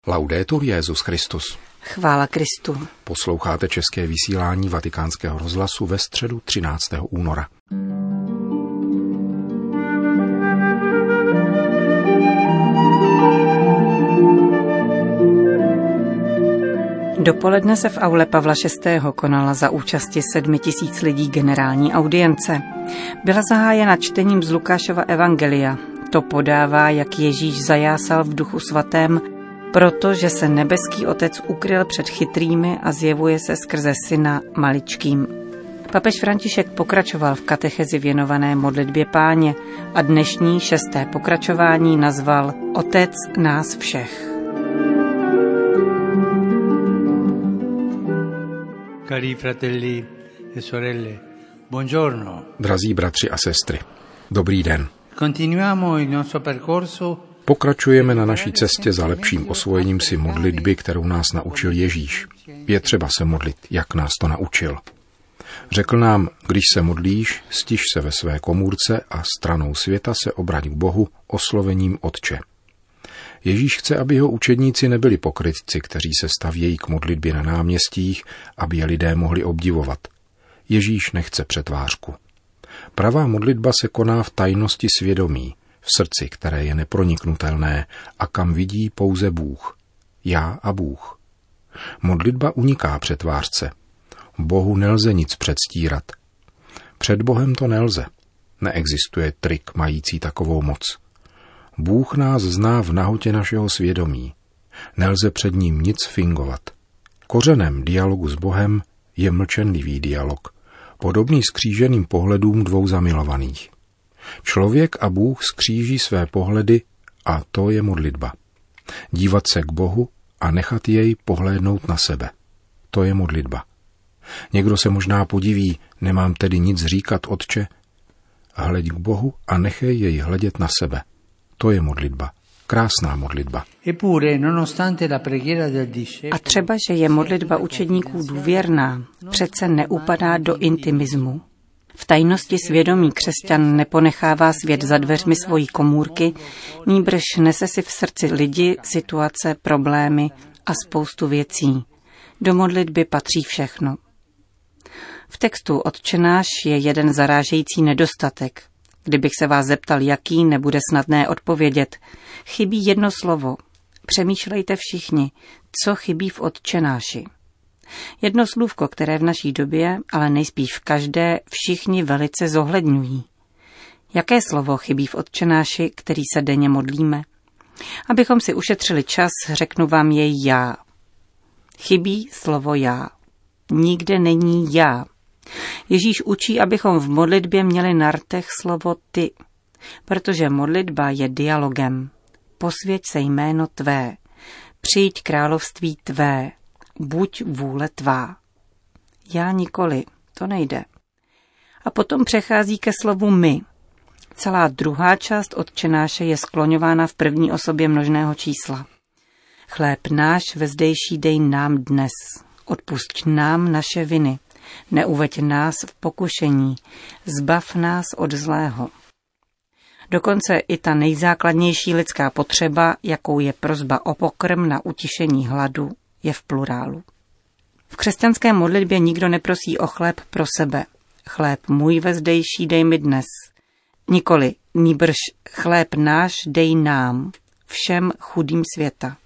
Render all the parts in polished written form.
Laudetur Jesus Christus. Chvála Kristu. Posloucháte české vysílání Vatikánského rozhlasu ve středu 13. února. Dopoledne se v aule Pavla VI. Konala za účasti 7 000 lidí generální audience. Byla zahájena čtením z Lukášova evangelia. To podává, jak Ježíš zajásal v Duchu svatém, protože se nebeský Otec ukryl před chytrými a zjevuje se skrze Syna maličkým. Papež František pokračoval v katechezi věnované modlitbě Páně a dnešní 6. pokračování nazval Otec nás všech. Cari fratelli e sorelle, buongiorno. Drazí bratři a sestry, dobrý den. Continuiamo il nostro percorso. Pokračujeme na naší cestě za lepším osvojením si modlitby, kterou nás naučil Ježíš. Je třeba se modlit, jak nás to naučil. Řekl nám, když se modlíš, stiž se ve své komůrce a stranou světa se obrať k Bohu oslovením Otče. Ježíš chce, aby jeho učedníci nebyli pokrytci, kteří se stavějí k modlitbě na náměstích, aby je lidé mohli obdivovat. Ježíš nechce přetvářku. Pravá modlitba se koná v tajnosti svědomí, v srdci, které je neproniknutelné a kam vidí pouze Bůh. Já a Bůh. Modlitba uniká přetvářce. Bohu nelze nic předstírat. Před Bohem to nelze. Neexistuje trik mající takovou moc. Bůh nás zná v nahotě našeho svědomí. Nelze před ním nic fingovat. Kořenem dialogu s Bohem je mlčenlivý dialog, podobný skříženým pohledům dvou zamilovaných. Člověk a Bůh skříží své pohledy a to je modlitba. Dívat se k Bohu a nechat jej pohlédnout na sebe. To je modlitba. Někdo se možná podiví, nemám tedy nic říkat, Otče? Hleď k Bohu a nechej jej hledět na sebe. To je modlitba. Krásná modlitba. A třeba, že je modlitba učedníků důvěrná, přece neupadá do intimismu. V tajnosti svědomí křesťan neponechává svět za dveřmi svojí komůrky, nýbrž nese si v srdci lidi, situace, problémy a spoustu věcí. Do modlitby patří všechno. V textu Otčenáš je jeden zarážející nedostatek. Kdybych se vás zeptal, jaký, nebude snadné odpovědět. Chybí jedno slovo. Přemýšlejte všichni, co chybí v Otčenáši. Jedno slůvko, které v naší době, ale nejspíš v každé, všichni velice zohledňují. Jaké slovo chybí v Otčenáši, který se denně modlíme? Abychom si ušetřili čas, řeknu vám jej já. Chybí slovo já. Nikde není já. Ježíš učí, abychom v modlitbě měli na rtech slovo ty, protože modlitba je dialogem. Posvěť se jméno tvé, přijď království tvé, buď vůle tvá. Já nikoli, to nejde. A potom přechází ke slovu my. Celá druhá část Otčenáše je skloňována v první osobě množného čísla. Chléb náš vezdejší dej nám dnes, odpusť nám naše viny, neuveď nás v pokušení, zbav nás od zlého. Dokonce i ta nejzákladnější lidská potřeba, jakou je prosba o pokrm na utišení hladu, je v plurálu. V křesťanské modlitbě nikdo neprosí o chléb pro sebe. Chléb můj vezdejší dej mi dnes. Nikoli, nýbrž chléb náš dej nám, všem chudým světa.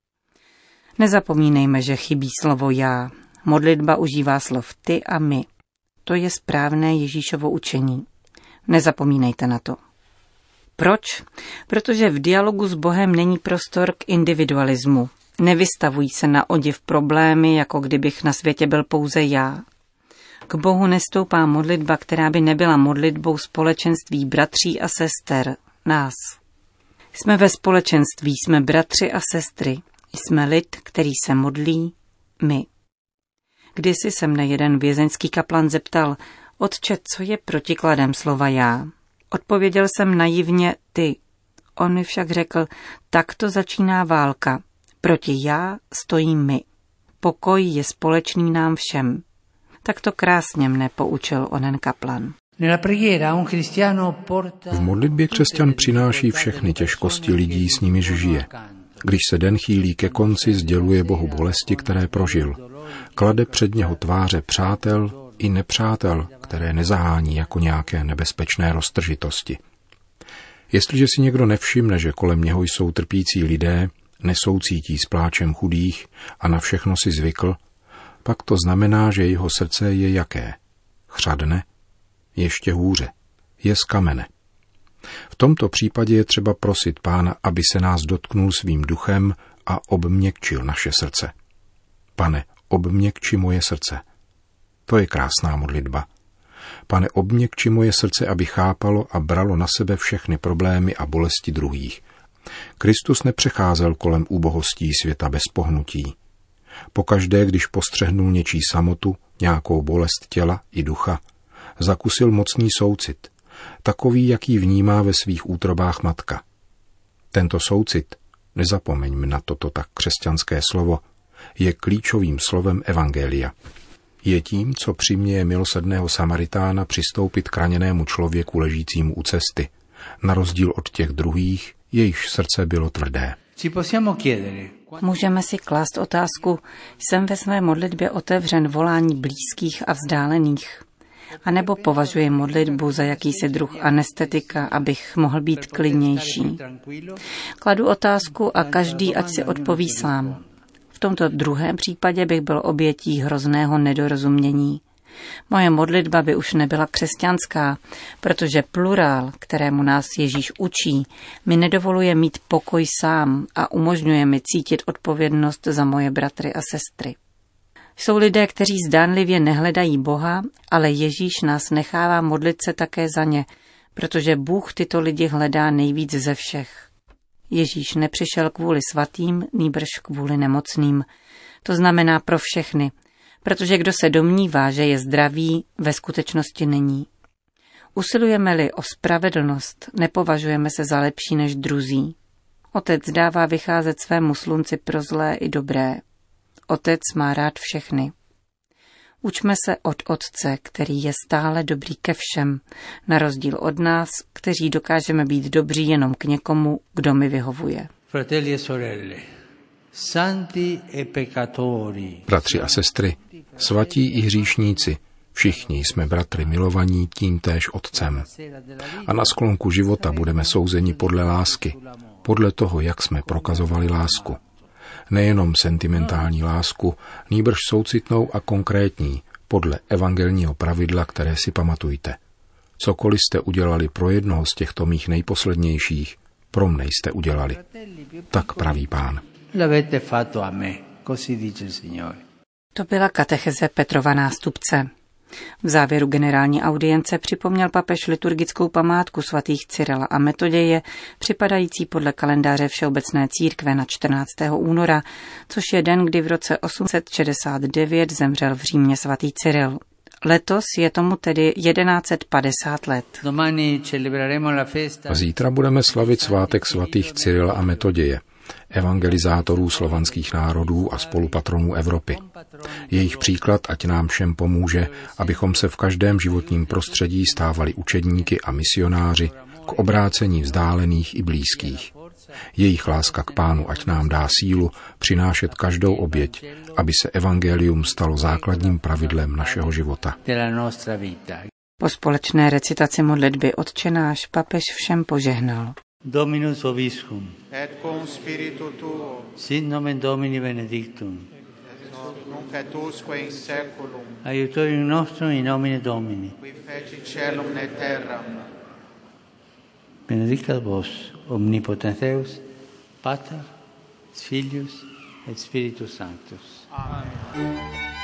Nezapomínejme, že chybí slovo já. Modlitba užívá slov ty a my. To je správné Ježíšovo učení. Nezapomínejte na to. Proč? Protože v dialogu s Bohem není prostor k individualismu. Nevystavují se na odiv problémy, jako kdybych na světě byl pouze já. K Bohu nestoupá modlitba, která by nebyla modlitbou společenství bratří a sester, nás. Jsme ve společenství, jsme bratři a sestry. Jsme lid, který se modlí, my. Kdysi se mne jeden vězeňský kaplan zeptal, Otče, co je protikladem slova já? Odpověděl jsem naivně ty. On mi však řekl, takto začíná válka. Proti já stojí my. Pokoj je společný nám všem. Tak to krásně mne poučil onen kaplan. V modlitbě křesťan přináší všechny těžkosti lidí, s nimiž žije. Když se den chýlí ke konci, sděluje Bohu bolesti, které prožil. Klade před něho tváře přátel i nepřátel, které nezahání jako nějaké nebezpečné roztržitosti. Jestliže si někdo nevšimne, že kolem něho jsou trpící lidé, nesoucítí s pláčem chudých a na všechno si zvykl, pak to znamená, že jeho srdce je jaké? Chřadne? Ještě hůře. Je z kamene. V tomto případě je třeba prosit Pána, aby se nás dotknul svým duchem a obměkčil naše srdce. Pane, obměkči moje srdce. To je krásná modlitba. Pane, obměkči moje srdce, aby chápalo a bralo na sebe všechny problémy a bolesti druhých. Kristus nepřecházel kolem úbohostí světa bez pohnutí. Pokaždé, když postřehnul něčí samotu, nějakou bolest těla i ducha, zakusil mocný soucit, takový, jaký vnímá ve svých útrobách matka. Tento soucit, nezapomeňme na toto tak křesťanské slovo, je klíčovým slovem evangelia. Je tím, co přiměje milosrdného Samaritána přistoupit k raněnému člověku ležícímu u cesty, na rozdíl od těch druhých, jejichž srdce bylo tvrdé. Můžeme si klást otázku, jsem ve své modlitbě otevřen volání blízkých a vzdálených? A nebo považuji modlitbu za jakýsi druh anestetika, abych mohl být klidnější? Kladu otázku a každý ať si odpoví sám. V tomto druhém případě bych byl obětí hrozného nedorozumění. Moje modlitba by už nebyla křesťanská, protože plurál, kterému nás Ježíš učí, mi nedovoluje mít pokoj sám a umožňuje mi cítit odpovědnost za moje bratry a sestry. Jsou lidé, kteří zdánlivě nehledají Boha, ale Ježíš nás nechává modlit se také za ně, protože Bůh tyto lidi hledá nejvíc ze všech. Ježíš nepřišel kvůli svatým, nýbrž kvůli nemocným. To znamená pro všechny, protože kdo se domnívá, že je zdravý, ve skutečnosti není. Usilujeme-li o spravedlnost, nepovažujeme se za lepší než druzí. Otec dává vycházet svému slunci pro zlé i dobré. Otec má rád všechny. Učme se od Otce, který je stále dobrý ke všem, na rozdíl od nás, kteří dokážeme být dobří jenom k někomu, kdo mi vyhovuje. Bratři a sestry, svatí i hříšníci, všichni jsme bratry milovaní tímtéž Otcem. A na sklonku života budeme souzeni podle lásky, podle toho, jak jsme prokazovali lásku. Nejenom sentimentální lásku, nýbrž soucitnou a konkrétní, podle evangelního pravidla, které si pamatujte. Cokoliv jste udělali pro jednoho z těchto mých nejposlednějších, pro mne jste udělali. Tak praví Pán. To byla katecheze Petrova nástupce. V závěru generální audience připomněl papež liturgickou památku svatých Cyrila a Metoděje, připadající podle kalendáře Všeobecné církve na 14. února, což je den, kdy v roce 869 zemřel v Římě svatý Cyril. Letos je tomu tedy 1150 let. Zítra budeme slavit svátek svatých Cyrila a Metoděje, evangelizátorů slovanských národů a spolupatronů Evropy. Jejich příklad ať nám všem pomůže, abychom se v každém životním prostředí stávali učedníky a misionáři k obrácení vzdálených i blízkých. Jejich láska k Pánu ať nám dá sílu přinášet každou oběť, aby se evangelium stalo základním pravidlem našeho života. Po společné recitaci modlitby Otčenáš papež všem požehnal. Dominus vobiscum. Et cum spiritu tuo. Sit nomen Domini benedictum. Nunc et usque in seculum. Aiutorium nostrum in nomine Domini. Qui feci caelum et terram. Benedicat vos omnipotens Deus, Pater, Filius et Spiritus Sanctus. Amen.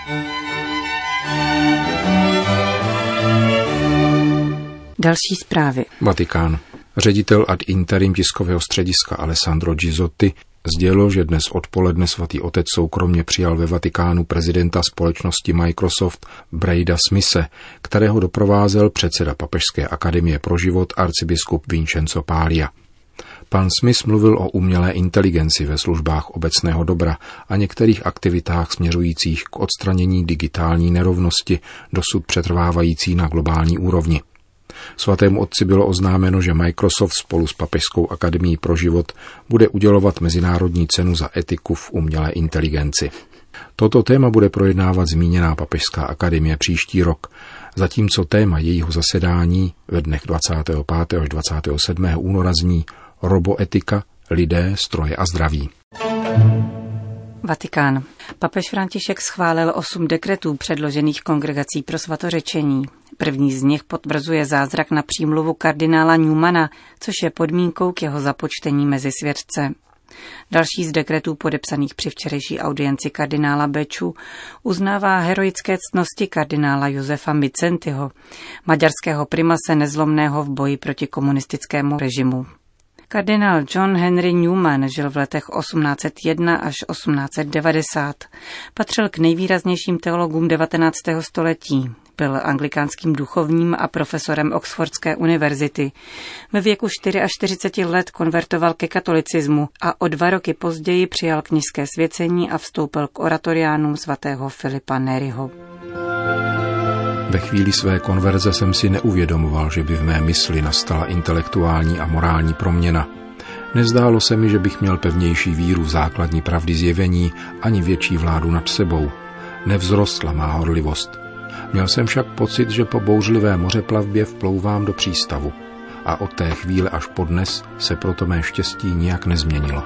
Další zprávy. Vatikán. Ředitel ad interim tiskového střediska Alessandro Gizotti sdělil, že dnes odpoledne svatý otec soukromně přijal ve Vatikánu prezidenta společnosti Microsoft Brada Smithe, kterého doprovázel předseda Papežské akademie pro život arcibiskup Vincenzo Paglia. Pan Smith mluvil o umělé inteligenci ve službách obecného dobra a některých aktivitách směřujících k odstranění digitální nerovnosti, dosud přetrvávající na globální úrovni. Svatému otci bylo oznámeno, že Microsoft spolu s Papežskou akademií pro život bude udělovat mezinárodní cenu za etiku v umělé inteligenci. Toto téma bude projednávat zmíněná Papežská akademie příští rok, zatímco téma jejího zasedání ve dnech 25. až 27. února zní Roboetika, lidé, stroje a zdraví. Vatikán. Papež František schválil 8 dekretů předložených Kongregací pro svatořečení. První z nich potvrzuje zázrak na přímluvu kardinála Newmana, což je podmínkou k jeho započtení mezi světce. Další z dekretů podepsaných při včerejší audienci kardinála Beču uznává heroické ctnosti kardinála Josefa Mincentyho, maďarského primase nezlomného v boji proti komunistickému režimu. Kardinál John Henry Newman žil v letech 1801 až 1890. Patřil k nejvýraznějším teologům 19. století. Byl anglikánským duchovním a profesorem Oxfordské univerzity. Ve věku 44 let konvertoval ke katolicismu a o 2 roky později přijal kněžské svěcení a vstoupil k oratoriánům svatého Filipa Neriho. Ve chvíli své konverze jsem si neuvědomoval, že by v mé mysli nastala intelektuální a morální proměna. Nezdálo se mi, že bych měl pevnější víru v základní pravdy zjevení ani větší vládu nad sebou. Nevzrostla má horlivost. Měl jsem však pocit, že po bouřlivé mořeplavbě vplouvám do přístavu. A od té chvíle až po dnes se proto mé štěstí nijak nezměnilo.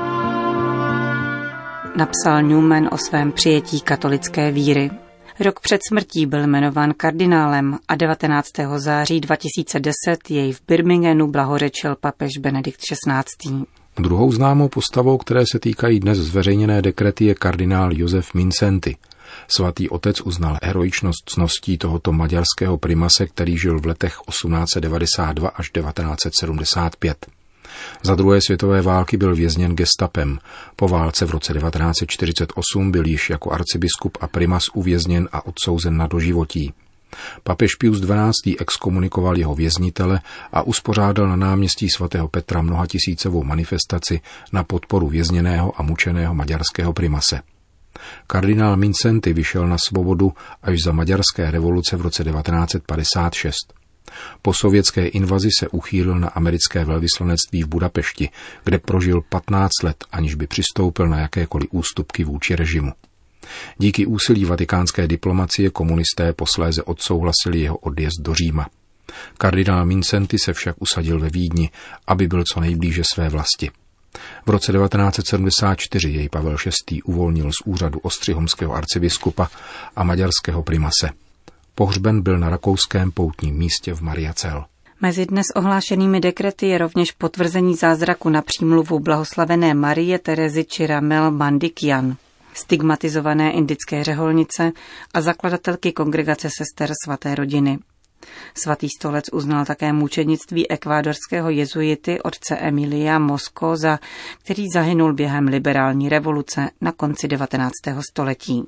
Napsal Newman o svém přijetí katolické víry. Rok před smrtí byl jmenován kardinálem a 19. září 2010 jej v Birminghamu blahořečil papež Benedikt XVI. Druhou známou postavou, které se týkají dnes zveřejněné dekrety, je kardinál Josef Mincenty. Svatý otec uznal heroičnost ctností tohoto maďarského primase, který žil v letech 1892 až 1975. Za druhé světové války byl vězněn gestapem. Po válce v roce 1948 byl již jako arcibiskup a primas uvězněn a odsouzen na doživotí. Papež Pius XII. Exkomunikoval jeho věznitele a uspořádal na náměstí svatého Petra mnohatisícovou manifestaci na podporu vězněného a mučeného maďarského primase. Kardinál Mincenty vyšel na svobodu až za maďarské revoluce v roce 1956. Po sovětské invazi se uchýlil na americké velvyslanectví v Budapešti, kde prožil 15 let, aniž by přistoupil na jakékoliv ústupky vůči režimu. Díky úsilí vatikánské diplomacie komunisté posléze odsouhlasili jeho odjezd do Říma. Kardinál Mincenty se však usadil ve Vídni, aby byl co nejblíže své vlasti. V roce 1974 jej Pavel VI. Uvolnil z úřadu ostřihomského arcibiskupa a maďarského primase. Pohřben byl na rakouském poutním místě v Mariacel. Mezi dnes ohlášenými dekrety je rovněž potvrzení zázraku na přímluvu blahoslavené Marie Terezy Chiramel Mandikian, stigmatizované indické řeholnice a zakladatelky kongregace sester svaté rodiny. Svatý stolec uznal také mučednictví ekvádorského jezuity otce Emilia Moscoza, který zahynul během liberální revoluce na konci 19. století.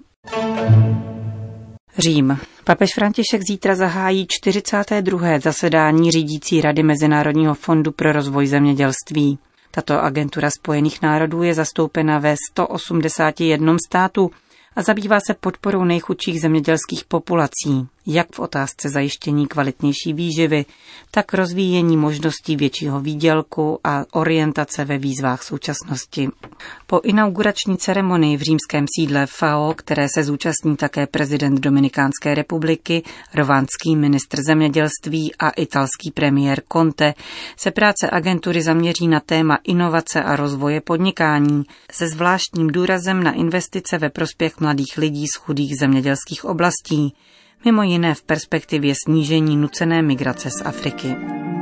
Řím. Papež František zítra zahájí 42. zasedání řídící Rady Mezinárodního fondu pro rozvoj zemědělství. Tato agentura Spojených národů je zastoupena ve 181 státu a zabývá se podporou nejchudších zemědělských populací, jak v otázce zajištění kvalitnější výživy, tak rozvíjení možností většího výdělku a orientace ve výzvách současnosti. Po inaugurační ceremonii v římském sídle FAO, které se zúčastní také prezident Dominikánské republiky, rwandský ministr zemědělství a italský premiér Conte, se práce agentury zaměří na téma inovace a rozvoje podnikání se zvláštním důrazem na investice ve prospěch mladých lidí z chudých zemědělských oblastí, mimo jiné v perspektivě snížení nucené migrace z Afriky.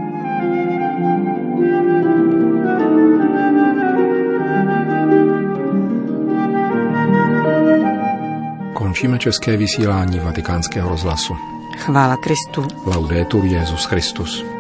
Končíme české vysílání Vatikánského rozhlasu. Chvála Kristu. Laudetur Jesus Christus.